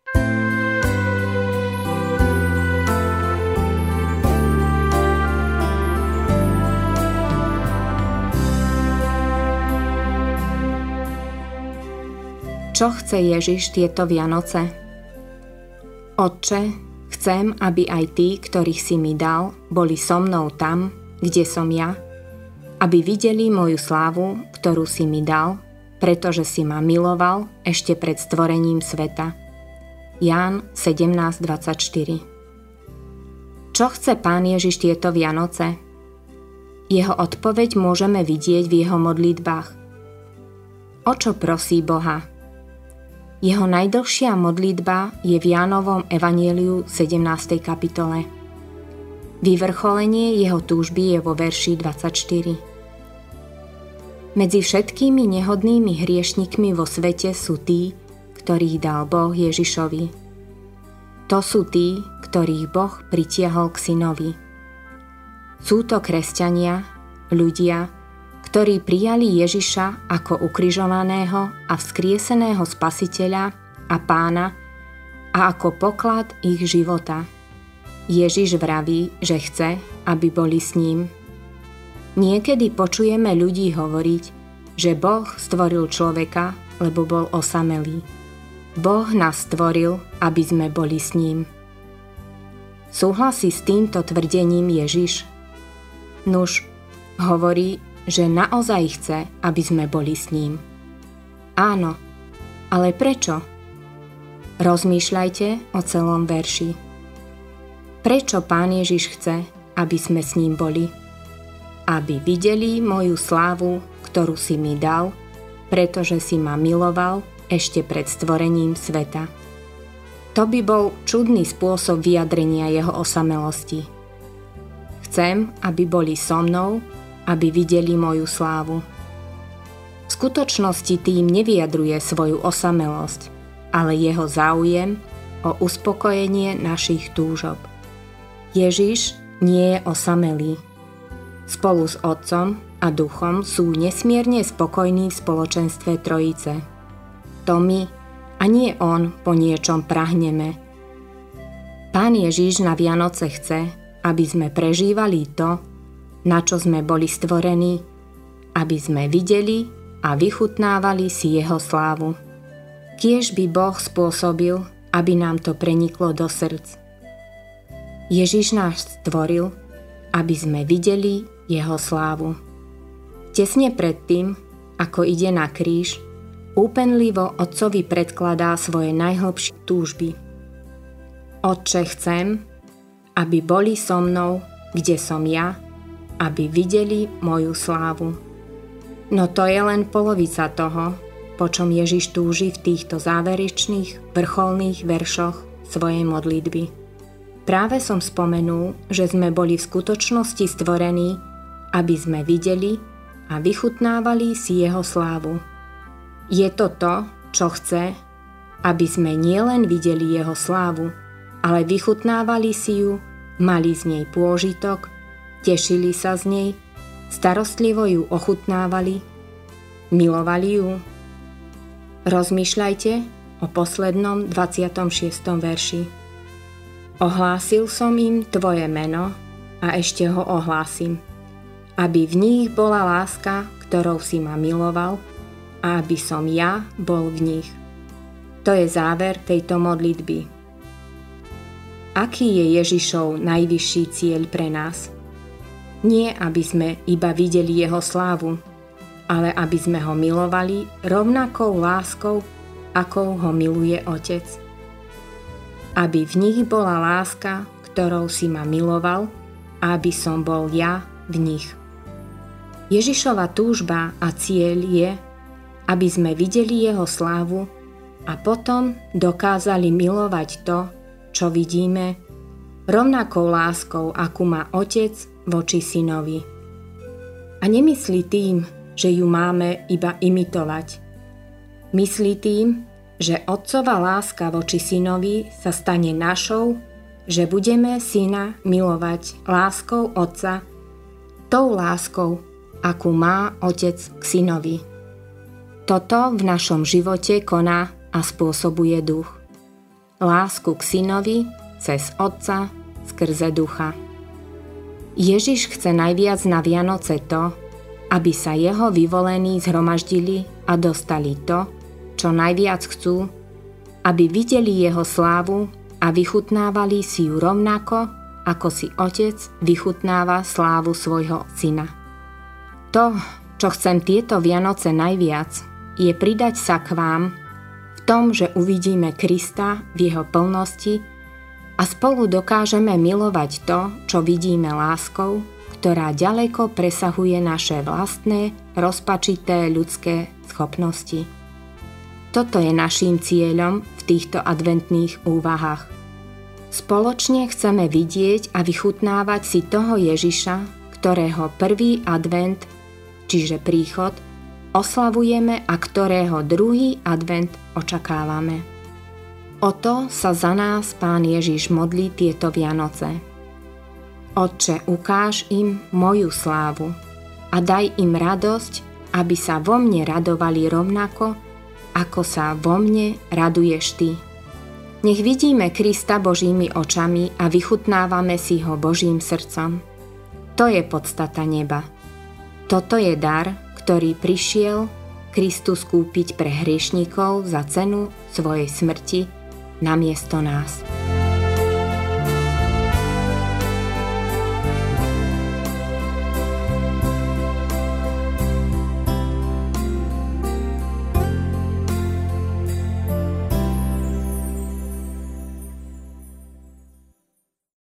Čo chce Ježiš tieto Vianoce? Otče, chcem, aby aj tí, ktorých si mi dal, boli so mnou tam, kde som ja, aby videli moju slávu, ktorú si mi dal, pretože si ma miloval ešte pred stvorením sveta. Ján 17:24. Čo chce Pán Ježiš tieto Vianoce? Jeho odpoveď môžeme vidieť v jeho modlitbách. O čo prosí Boha? Jeho najdlhšia modlitba je v Jánovom evanjeliu 17. kapitole. Vyvrcholenie jeho túžby je vo verši 24. Medzi všetkými nehodnými hriešnikmi vo svete sú tí, ktorých dal Boh Ježišovi. To sú tí, ktorých Boh pritiahol k synovi. Sú to kresťania, ľudia, ktorí prijali Ježiša ako ukrižovaného a vzkrieseného Spasiteľa a Pána a ako poklad ich života. Ježiš vraví, že chce, aby boli s ním. Niekedy počujeme ľudí hovoriť, že Boh stvoril človeka, lebo bol osamelý. Boh nás stvoril, aby sme boli s ním. Súhlasí s týmto tvrdením Ježiš? Nuž, hovorí, že naozaj chce, aby sme boli s ním. Áno, ale prečo? Rozmýšľajte o celom verši. Prečo Pán Ježiš chce, aby sme s ním boli? Aby videli moju slávu, ktorú si mi dal, pretože si ma miloval ešte pred stvorením sveta. To by bol čudný spôsob vyjadrenia jeho osamelosti. Chcem, aby boli so mnou, aby videli moju slávu. V skutočnosti tým nevyjadruje svoju osamelosť, ale jeho záujem o uspokojenie našich túžob. Ježiš nie je osamelý. Spolu s Otcom a Duchom sú nesmierne spokojní v spoločenstve Trojice. To my, a nie on, po niečom prahneme. Pán Ježiš na Vianoce chce, aby sme prežívali to, na čo sme boli stvorení, aby sme videli a vychutnávali si jeho slávu. Kiež by Boh spôsobil, aby nám to preniklo do srdc. Ježiš nás stvoril, aby sme videli jeho slávu. Tesne predtým, ako ide na kríž, úpenlivo Otcovi predkladá svoje najhlbšie túžby. Otče, chcem, aby boli so mnou, kde som ja, aby videli moju slávu. No to je len polovica toho, po čom Ježiš túži v týchto záverečných, vrcholných veršoch svojej modlitby. Práve som spomenul, že sme boli v skutočnosti stvorení, aby sme videli a vychutnávali si jeho slávu. Je to to, čo chce, aby sme nielen videli jeho slávu, ale vychutnávali si ju, mali z nej pôžitok, tešili sa z nej, starostlivo ju ochutnávali, milovali ju. Rozmýšľajte o poslednom 26. verši. Ohlásil som im tvoje meno a ešte ho ohlásim, aby v nich bola láska, ktorou si ma miloval, a aby som ja bol v nich. To je záver tejto modlitby. Aký je Ježišov najvyšší cieľ pre nás? Nie, aby sme iba videli jeho slávu, ale aby sme ho milovali rovnakou láskou, akou ho miluje Otec. Aby v nich bola láska, ktorou si ma miloval, a aby som bol ja v nich. Ježišova túžba a cieľ je, aby sme videli jeho slávu a potom dokázali milovať to, čo vidíme, rovnakou láskou, akú má Otec voči synovi. A nemyslí tým, že ju máme iba imitovať. Myslí tým, že Otcova láska voči synovi sa stane našou, že budeme syna milovať láskou Otca, tou láskou, akú má Otec k synovi. Toto v našom živote koná a spôsobuje Duch. lásku k synovi cez Otca skrze Ducha. Ježiš chce najviac na Vianoce to, aby sa jeho vyvolení zhromaždili a dostali to, čo najviac chcú, aby videli jeho slávu a vychutnávali si ju rovnako, ako si Otec vychutnáva slávu svojho syna. To, čo chcem tieto Vianoce najviac, je pridať sa k vám v tom, že uvidíme Krista v jeho plnosti a spolu dokážeme milovať to, čo vidíme láskou, ktorá ďaleko presahuje naše vlastné, rozpačité ľudské schopnosti. Toto je naším cieľom v týchto adventných úvahách. Spoločne chceme vidieť a vychutnávať si toho Ježiša, ktorého prvý advent, čiže príchod, oslavujeme a ktorého druhý advent očakávame. O to sa za nás Pán Ježiš modlí tieto Vianoce. Otče, ukáž im moju slávu a daj im radosť, aby sa vo mne radovali rovnako, ako sa vo mne raduješ ty. Nech vidíme Krista Božími očami a vychutnávame si ho Božím srdcom. To je podstata neba. Toto je dar, ktorý prišiel Kristus kúpiť pre hriešnikov za cenu svojej smrti namiesto nás.